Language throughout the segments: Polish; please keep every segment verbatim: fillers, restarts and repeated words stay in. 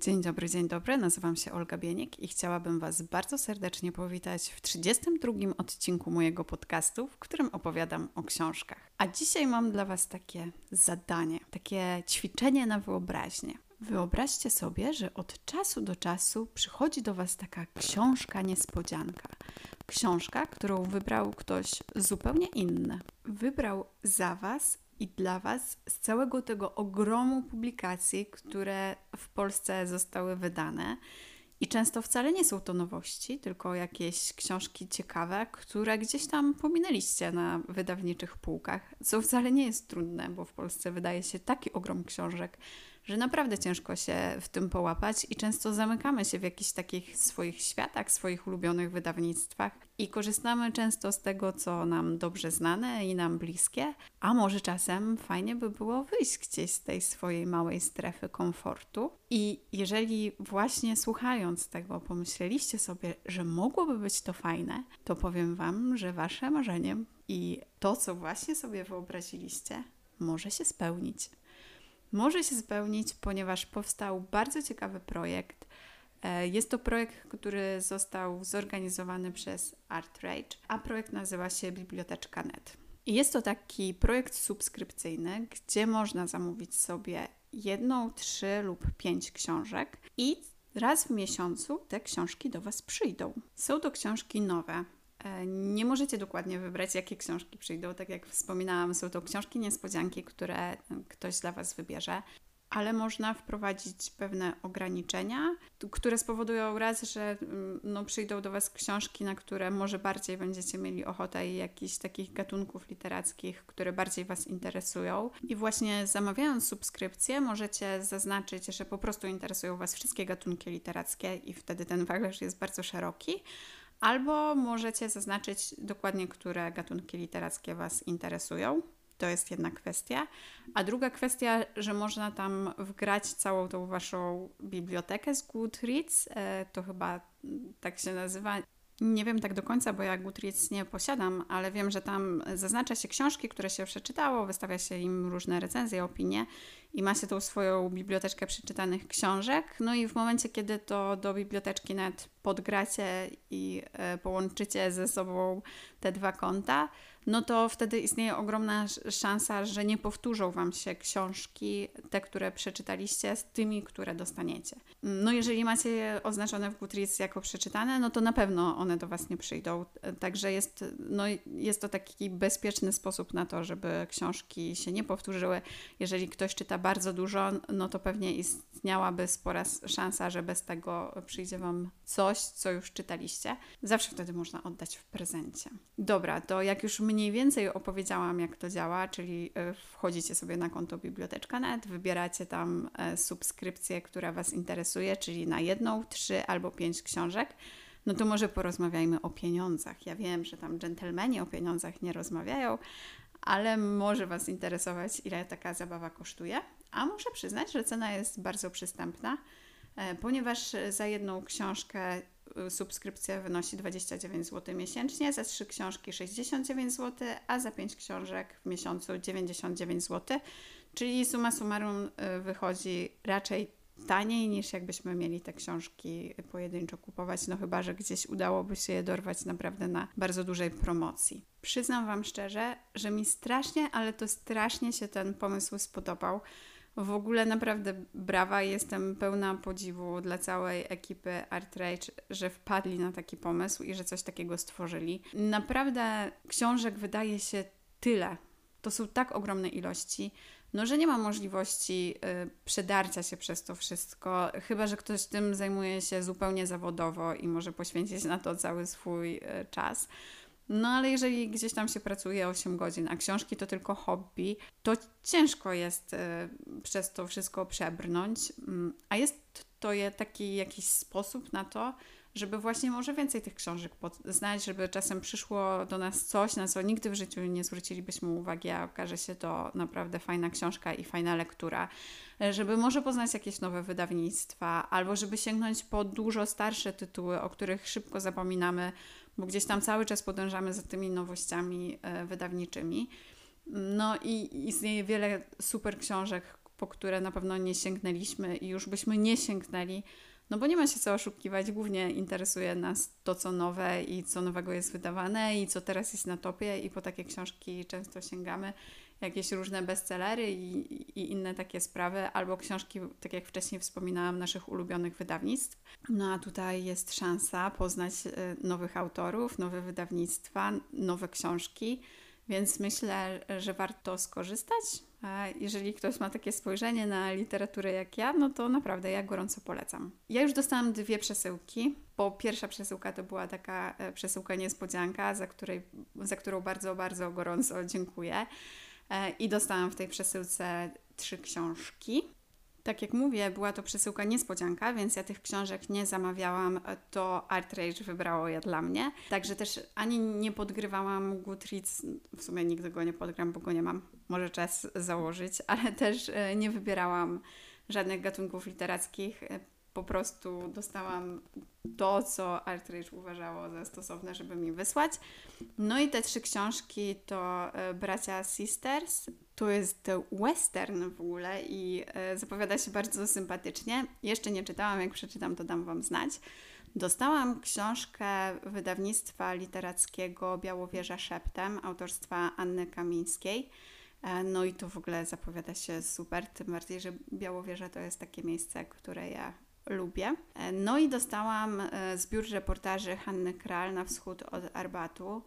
Dzień dobry, dzień dobry. Nazywam się Olga Bieniek i chciałabym Was bardzo serdecznie powitać w trzydziestym drugim odcinku mojego podcastu, w którym opowiadam o książkach. A dzisiaj mam dla Was takie zadanie, takie ćwiczenie na wyobraźnię. Wyobraźcie sobie, że od czasu do czasu przychodzi do Was taka książka niespodzianka. Książka, którą wybrał ktoś zupełnie inny. Wybrał za Was i dla Was z całego tego ogromu publikacji, które w Polsce zostały wydane. I często wcale nie są to nowości, tylko jakieś książki ciekawe, które gdzieś tam pominęliście na wydawniczych półkach, co wcale nie jest trudne, bo w Polsce wydaje się taki ogrom książek, że naprawdę ciężko się w tym połapać i często zamykamy się w jakichś takich swoich światach, swoich ulubionych wydawnictwach i korzystamy często z tego, co nam dobrze znane i nam bliskie, a może czasem fajnie by było wyjść gdzieś z tej swojej małej strefy komfortu. I jeżeli właśnie słuchając tego pomyśleliście sobie, że mogłoby być to fajne, to powiem Wam, że Wasze marzeniem i to, co właśnie sobie wyobraziliście, może się spełnić. Może się spełnić, ponieważ powstał bardzo ciekawy projekt. Jest to projekt, który został zorganizowany przez ArtRage, a projekt nazywa się Biblioteczka kropka net. I jest to taki projekt subskrypcyjny, gdzie można zamówić sobie jedną, trzy lub pięć książek i raz w miesiącu te książki do Was przyjdą. Są to książki nowe. Nie możecie dokładnie wybrać, jakie książki przyjdą. Tak jak wspominałam, są to książki niespodzianki, które ktoś dla Was wybierze, ale można wprowadzić pewne ograniczenia, które spowodują raz, że no, przyjdą do Was książki, na które może bardziej będziecie mieli ochotę i jakichś takich gatunków literackich, które bardziej Was interesują. I właśnie zamawiając subskrypcję możecie zaznaczyć, że po prostu interesują Was wszystkie gatunki literackie i wtedy ten wachlarz jest bardzo szeroki. Albo możecie zaznaczyć dokładnie, które gatunki literackie Was interesują. To jest jedna kwestia. A druga kwestia, że można tam wgrać całą tą Waszą bibliotekę z Goodreads. To chyba tak się nazywa. Nie wiem tak do końca, bo ja Goodreads nie posiadam, ale wiem, że tam zaznacza się książki, które się przeczytało, wystawia się im różne recenzje, opinie i ma się tą swoją biblioteczkę przeczytanych książek. No i w momencie, kiedy to do biblioteczki kropka net podgracie i e, połączycie ze sobą te dwa konta, no to wtedy istnieje ogromna szansa, że nie powtórzą Wam się książki, te, które przeczytaliście, z tymi, które dostaniecie. No jeżeli macie je oznaczone w Goodreads jako przeczytane, no to na pewno one do Was nie przyjdą. Także jest, no, jest to taki bezpieczny sposób na to, żeby książki się nie powtórzyły. Jeżeli ktoś czyta bardzo dużo, no to pewnie istniałaby spora szansa, że bez tego przyjdzie Wam coś, co już czytaliście. Zawsze wtedy można oddać w prezencie. Dobra, to jak już mniej więcej opowiedziałam, jak to działa, czyli wchodzicie sobie na konto Biblioteczka kropka net, wybieracie tam subskrypcję, która Was interesuje, czyli na jedną, trzy albo pięć książek, no to może porozmawiajmy o pieniądzach. Ja wiem, że tam dżentelmeni o pieniądzach nie rozmawiają, ale może Was interesować, ile taka zabawa kosztuje. A muszę przyznać, że cena jest bardzo przystępna, ponieważ za jedną książkę subskrypcja wynosi dwadzieścia dziewięć złotych miesięcznie, za trzy książki sześćdziesiąt dziewięć złotych, a za pięć książek w miesiącu dziewięćdziesiąt dziewięć złotych, czyli summa summarum wychodzi raczej taniej niż jakbyśmy mieli te książki pojedynczo kupować, no chyba że gdzieś udałoby się je dorwać naprawdę na bardzo dużej promocji. Przyznam Wam szczerze, że mi strasznie, ale to strasznie się ten pomysł spodobał. W ogóle naprawdę brawa, jestem pełna podziwu dla całej ekipy ArtRage, że wpadli na taki pomysł i że coś takiego stworzyli. Naprawdę książek wydaje się tyle. To są tak ogromne ilości, no że nie ma możliwości y, przedarcia się przez to wszystko, chyba że ktoś tym zajmuje się zupełnie zawodowo i może poświęcić na to cały swój y, czas. No ale jeżeli gdzieś tam się pracuje osiem godzin, a książki to tylko hobby, to ciężko jest y, przez to wszystko przebrnąć, y, a jest to je taki jakiś sposób na to, żeby właśnie może więcej tych książek poznać, żeby czasem przyszło do nas coś, na co nigdy w życiu nie zwrócilibyśmy uwagi, a okaże się to naprawdę fajna książka i fajna lektura, żeby może poznać jakieś nowe wydawnictwa, albo żeby sięgnąć po dużo starsze tytuły, o których szybko zapominamy, bo gdzieś tam cały czas podążamy za tymi nowościami wydawniczymi. No i istnieje wiele super książek, po które na pewno nie sięgnęliśmy i już byśmy nie sięgnęli, no bo nie ma się co oszukiwać, głównie interesuje nas to, co nowe i co nowego jest wydawane i co teraz jest na topie i po takie książki często sięgamy, jakieś różne bestsellery i, i inne takie sprawy, albo książki, tak jak wcześniej wspominałam, naszych ulubionych wydawnictw. No a tutaj jest szansa poznać nowych autorów, nowe wydawnictwa, nowe książki, więc myślę, że warto skorzystać. A jeżeli ktoś ma takie spojrzenie na literaturę jak ja, no to naprawdę ja gorąco polecam. Ja już dostałam dwie przesyłki, bo pierwsza przesyłka to była taka przesyłka niespodzianka, za, której, za którą bardzo, bardzo gorąco dziękuję. I dostałam w tej przesyłce trzy książki. Tak jak mówię, była to przesyłka niespodzianka, więc ja tych książek nie zamawiałam, to ArtRage wybrało je dla mnie. Także też ani nie podgrywałam Goodreads, w sumie nigdy go nie podgram, bo go nie mam, może czas założyć, ale też nie wybierałam żadnych gatunków literackich. Po prostu dostałam to, co ArtRage uważało za stosowne, żeby mi wysłać. No i te trzy książki to Bracia Sisters. To jest western w ogóle i zapowiada się bardzo sympatycznie. Jeszcze nie czytałam, jak przeczytam, to dam Wam znać. Dostałam książkę wydawnictwa literackiego Białowieża Szeptem, autorstwa Anny Kamińskiej. No i to w ogóle zapowiada się super, tym bardziej, że Białowieża to jest takie miejsce, które ja lubię. No i dostałam zbiór reportaży Hanny Kral Na wschód od Arbatu.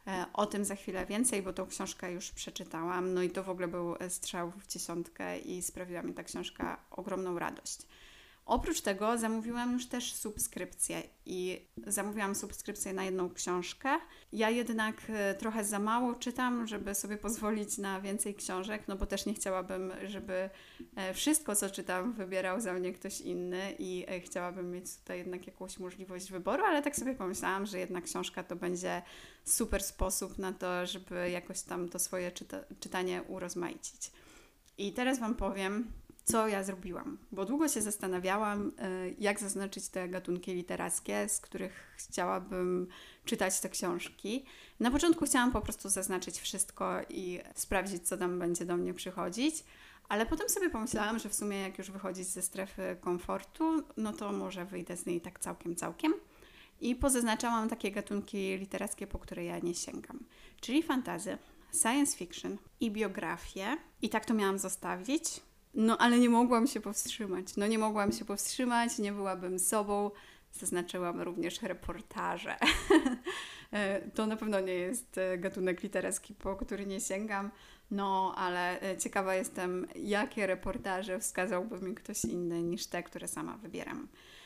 O tym za chwilę więcej, bo tą książkę już przeczytałam. No i to w ogóle był strzał w dziesiątkę i sprawiła mi ta książka ogromną radość. Oprócz tego zamówiłam już też subskrypcję i zamówiłam subskrypcję na jedną książkę. Ja jednak trochę za mało czytam, żeby sobie pozwolić na więcej książek, no bo też nie chciałabym, żeby wszystko, co czytam, wybierał za mnie ktoś inny i chciałabym mieć tutaj jednak jakąś możliwość wyboru, ale tak sobie pomyślałam, że jedna książka to będzie super sposób na to, żeby jakoś tam to swoje czyta- czytanie urozmaicić. I teraz Wam powiem, co ja zrobiłam, bo długo się zastanawiałam, jak zaznaczyć te gatunki literackie, z których chciałabym czytać te książki. Na początku chciałam po prostu zaznaczyć wszystko i sprawdzić, co tam będzie do mnie przychodzić, ale potem sobie pomyślałam, że w sumie jak już wychodzić ze strefy komfortu, no to może wyjdę z niej tak całkiem, całkiem. I pozaznaczałam takie gatunki literackie, po które ja nie sięgam, czyli fantasy, science fiction i biografię. I tak to miałam zostawić. No, ale nie mogłam się powstrzymać. No, nie mogłam się powstrzymać, nie byłabym sobą. Zaznaczyłam również reportaże. To na pewno nie jest gatunek literacki, po który nie sięgam. No, ale ciekawa jestem, jakie reportaże wskazałby mi ktoś inny niż te, które sama wybieram.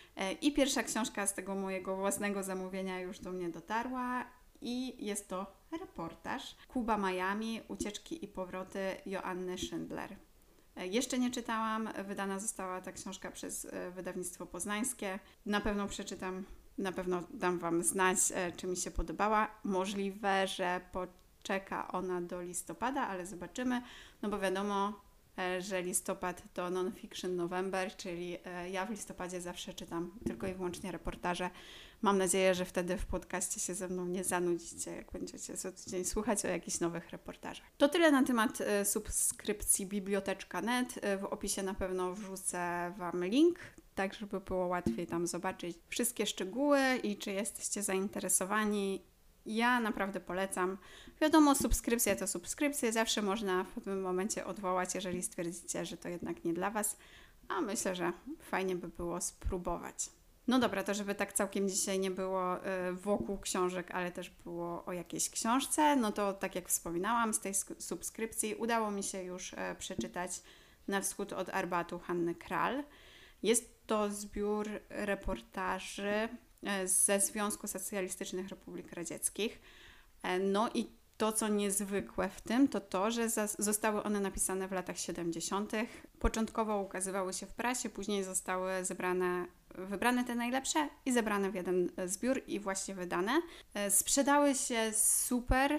I pierwsza książka z tego mojego własnego zamówienia już do mnie dotarła. I jest to reportaż Kuba Miami, Ucieczki i powroty Joanny Schindler. Jeszcze nie czytałam, wydana została ta książka przez wydawnictwo poznańskie. Na pewno przeczytam, na pewno dam Wam znać, czy mi się podobała. Możliwe, że poczeka ona do listopada, ale zobaczymy, no bo wiadomo, że listopad to non-fiction November, czyli ja w listopadzie zawsze czytam tylko i wyłącznie reportaże. Mam nadzieję, że wtedy w podcaście się ze mną nie zanudzicie, jak będziecie co tydzień słuchać o jakichś nowych reportażach. To tyle na temat subskrypcji biblioteczka kropka net. W opisie na pewno wrzucę Wam link, tak żeby było łatwiej tam zobaczyć wszystkie szczegóły i czy jesteście zainteresowani. Ja naprawdę polecam. Wiadomo, subskrypcja to subskrypcja, zawsze można w pewnym momencie odwołać, jeżeli stwierdzicie, że to jednak nie dla Was, a myślę, że fajnie by było spróbować. No dobra, to żeby tak całkiem dzisiaj nie było wokół książek, ale też było o jakiejś książce, no to tak jak wspominałam, z tej subskrypcji udało mi się już przeczytać Na wschód od Arbatu Hanny Kral. Jest to zbiór reportaży ze Związku Socjalistycznych Republik Radzieckich. No i to, co niezwykłe w tym, to to, że zostały one napisane w latach siedemdziesiątych. Początkowo ukazywały się w prasie, później zostały zebrane, wybrane te najlepsze i zebrane w jeden zbiór i właśnie wydane. Sprzedały się super,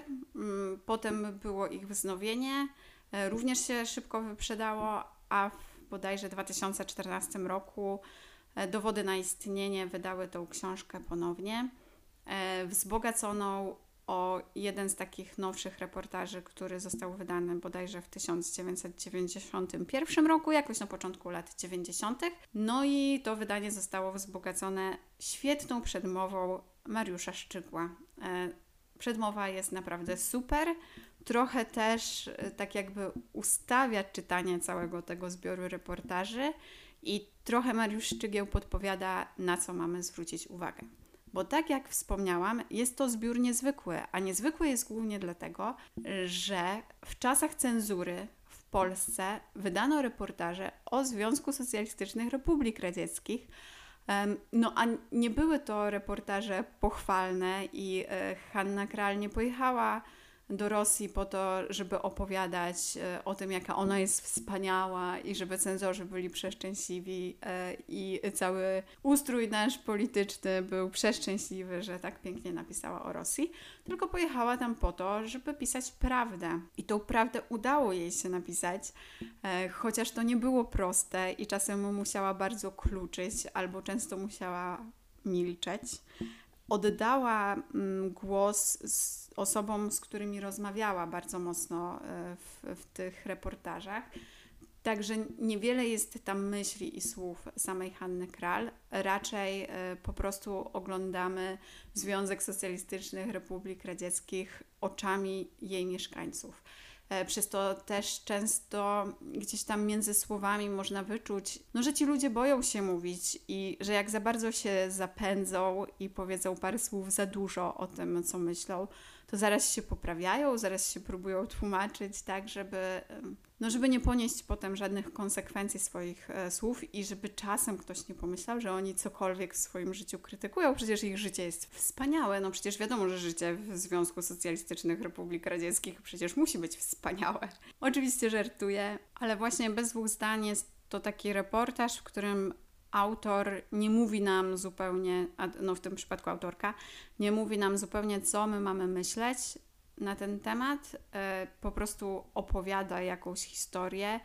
potem było ich wznowienie, również się szybko wyprzedało, a w bodajże dwa tysiące czternastym roku Dowody na istnienie wydały tą książkę ponownie, wzbogaconą o jeden z takich nowszych reportaży, który został wydany bodajże w tysiąc dziewięćset dziewięćdziesiątym pierwszym roku, jakoś na początku lat dziewięćdziesiątych. No i to wydanie zostało wzbogacone świetną przedmową Mariusza Szczygła. Przedmowa jest naprawdę super. Trochę też tak jakby ustawia czytanie całego tego zbioru reportaży i trochę Mariusz Szczygieł podpowiada, na co mamy zwrócić uwagę. Bo tak jak wspomniałam, jest to zbiór niezwykły, a niezwykły jest głównie dlatego, że w czasach cenzury w Polsce wydano reportaże o Związku Socjalistycznych Republik Radzieckich. No a nie były to reportaże pochwalne i Hanna Kral nie pojechała do Rosji po to, żeby opowiadać o tym, jaka ona jest wspaniała i żeby cenzorzy byli przeszczęśliwi i cały ustrój nasz polityczny był przeszczęśliwy, że tak pięknie napisała o Rosji, tylko pojechała tam po to, żeby pisać prawdę. I tą prawdę udało jej się napisać, chociaż to nie było proste i czasem musiała bardzo kluczyć albo często musiała milczeć. Oddała mm, głos z osobom, z którymi rozmawiała bardzo mocno w, w tych reportażach. Także niewiele jest tam myśli i słów samej Hanny Kral. Raczej y, po prostu oglądamy Związek Socjalistycznych Republik Radzieckich oczami jej mieszkańców. Przez to też często gdzieś tam między słowami można wyczuć, no, że ci ludzie boją się mówić i że jak za bardzo się zapędzą i powiedzą parę słów za dużo o tym, co myślą, to zaraz się poprawiają, zaraz się próbują tłumaczyć tak, żeby, no, żeby nie ponieść potem żadnych konsekwencji swoich e, słów i żeby czasem ktoś nie pomyślał, że oni cokolwiek w swoim życiu krytykują. Przecież ich życie jest wspaniałe. No przecież wiadomo, że życie w Związku Socjalistycznych Republik Radzieckich przecież musi być wspaniałe. Oczywiście żartuję, ale właśnie Bez dwóch zdań jest to taki reportaż, w którym autor nie mówi nam zupełnie, no w tym przypadku autorka, nie mówi nam zupełnie, co my mamy myśleć na ten temat. Po prostu opowiada jakąś historię,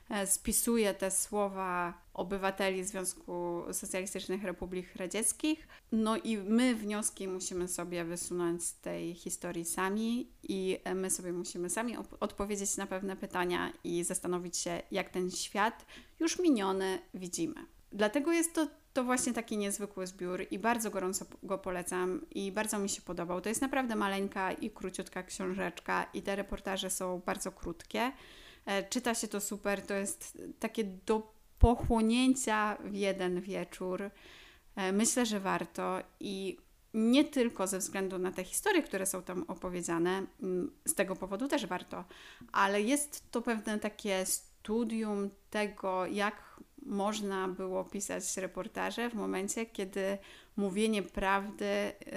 spisuje te słowa obywateli Związku Socjalistycznych Republik Radzieckich. No i my wnioski musimy sobie wysunąć z tej historii sami i my sobie musimy sami op- odpowiedzieć na pewne pytania i zastanowić się, jak ten świat już miniony widzimy. Dlatego jest to, to właśnie taki niezwykły zbiór i bardzo gorąco go polecam i bardzo mi się podobał. To jest naprawdę maleńka i króciutka książeczka i te reportaże są bardzo krótkie. Czyta się to super, to jest takie do pochłonięcia w jeden wieczór. Myślę, że warto i nie tylko ze względu na te historie, które są tam opowiedziane, z tego powodu też warto, ale jest to pewne takie studium tego, jak można było pisać reportaże w momencie, kiedy mówienie prawdy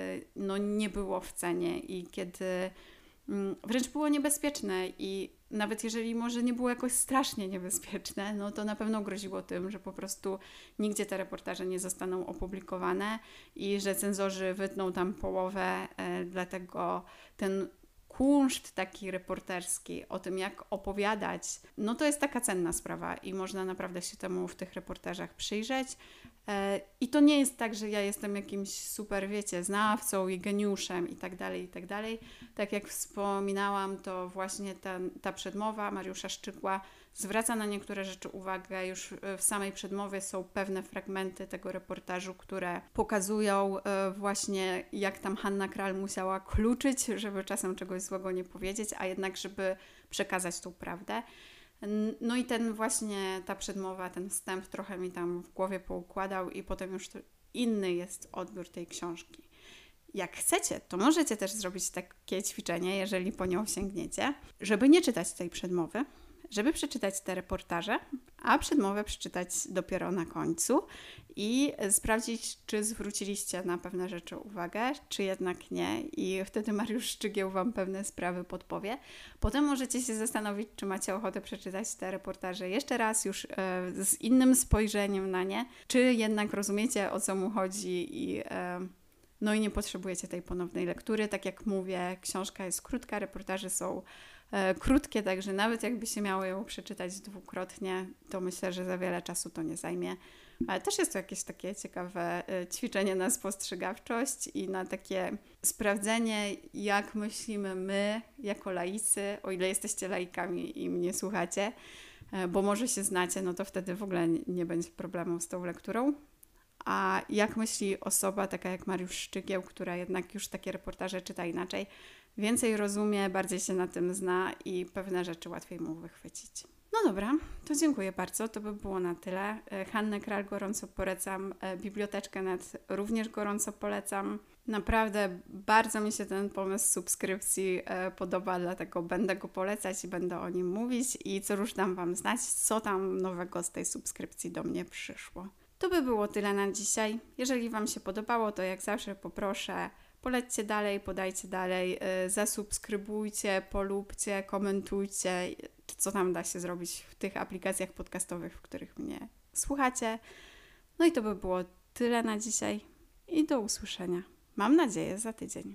no, nie było w cenie i kiedy wręcz było niebezpieczne i nawet jeżeli może nie było jakoś strasznie niebezpieczne, no to na pewno groziło tym, że po prostu nigdzie te reportaże nie zostaną opublikowane i że cenzorzy wytną tam połowę, dlatego ten kunszt taki reporterski o tym, jak opowiadać, no to jest taka cenna sprawa i można naprawdę się temu w tych reportażach przyjrzeć. I to nie jest tak, że ja jestem jakimś super, wiecie, znawcą i geniuszem i tak dalej, i tak dalej. Tak jak wspominałam, to właśnie ta, ta przedmowa Mariusza Szczygła zwraca na niektóre rzeczy uwagę. Już w samej przedmowie są pewne fragmenty tego reportażu, które pokazują właśnie, jak tam Hanna Kral musiała kluczyć, żeby czasem czegoś złego nie powiedzieć, a jednak, żeby przekazać tą prawdę. No i ten właśnie, ta przedmowa, ten wstęp trochę mi tam w głowie poukładał i potem już inny jest odbiór tej książki. Jak chcecie, to możecie też zrobić takie ćwiczenie, jeżeli po nią sięgniecie, żeby nie czytać tej przedmowy, żeby przeczytać te reportaże, a przedmowę przeczytać dopiero na końcu i sprawdzić, czy zwróciliście na pewne rzeczy uwagę, czy jednak nie i wtedy Mariusz Szczygieł Wam pewne sprawy podpowie. Potem możecie się zastanowić, czy macie ochotę przeczytać te reportaże jeszcze raz, już e, z innym spojrzeniem na nie, czy jednak rozumiecie, o co mu chodzi i e, no i nie potrzebujecie tej ponownej lektury. Tak jak mówię, książka jest krótka, reportaże są e, krótkie, także nawet jakby się miało ją przeczytać dwukrotnie, to myślę, że za wiele czasu to nie zajmie. Ale też jest to jakieś takie ciekawe ćwiczenie na spostrzegawczość i na takie sprawdzenie, jak myślimy my jako laicy, o ile jesteście laikami i mnie słuchacie, bo może się znacie, no to wtedy w ogóle nie będzie problemu z tą lekturą. A jak myśli osoba taka jak Mariusz Szczygieł, która jednak już takie reportaże czyta inaczej, więcej rozumie, bardziej się na tym zna i pewne rzeczy łatwiej mu wychwycić. No dobra, to dziękuję bardzo, to by było na tyle. Hannę Kral gorąco polecam, Biblioteczkę Net również gorąco polecam. Naprawdę bardzo mi się ten pomysł subskrypcji podoba, dlatego będę go polecać i będę o nim mówić i co rusz dam Wam znać, co tam nowego z tej subskrypcji do mnie przyszło. To by było tyle na dzisiaj. Jeżeli Wam się podobało, to jak zawsze poproszę, polećcie dalej, podajcie dalej, zasubskrybujcie, polubcie, komentujcie, co tam da się zrobić w tych aplikacjach podcastowych, w których mnie słuchacie. No i to by było tyle na dzisiaj i do usłyszenia. Mam nadzieję za tydzień.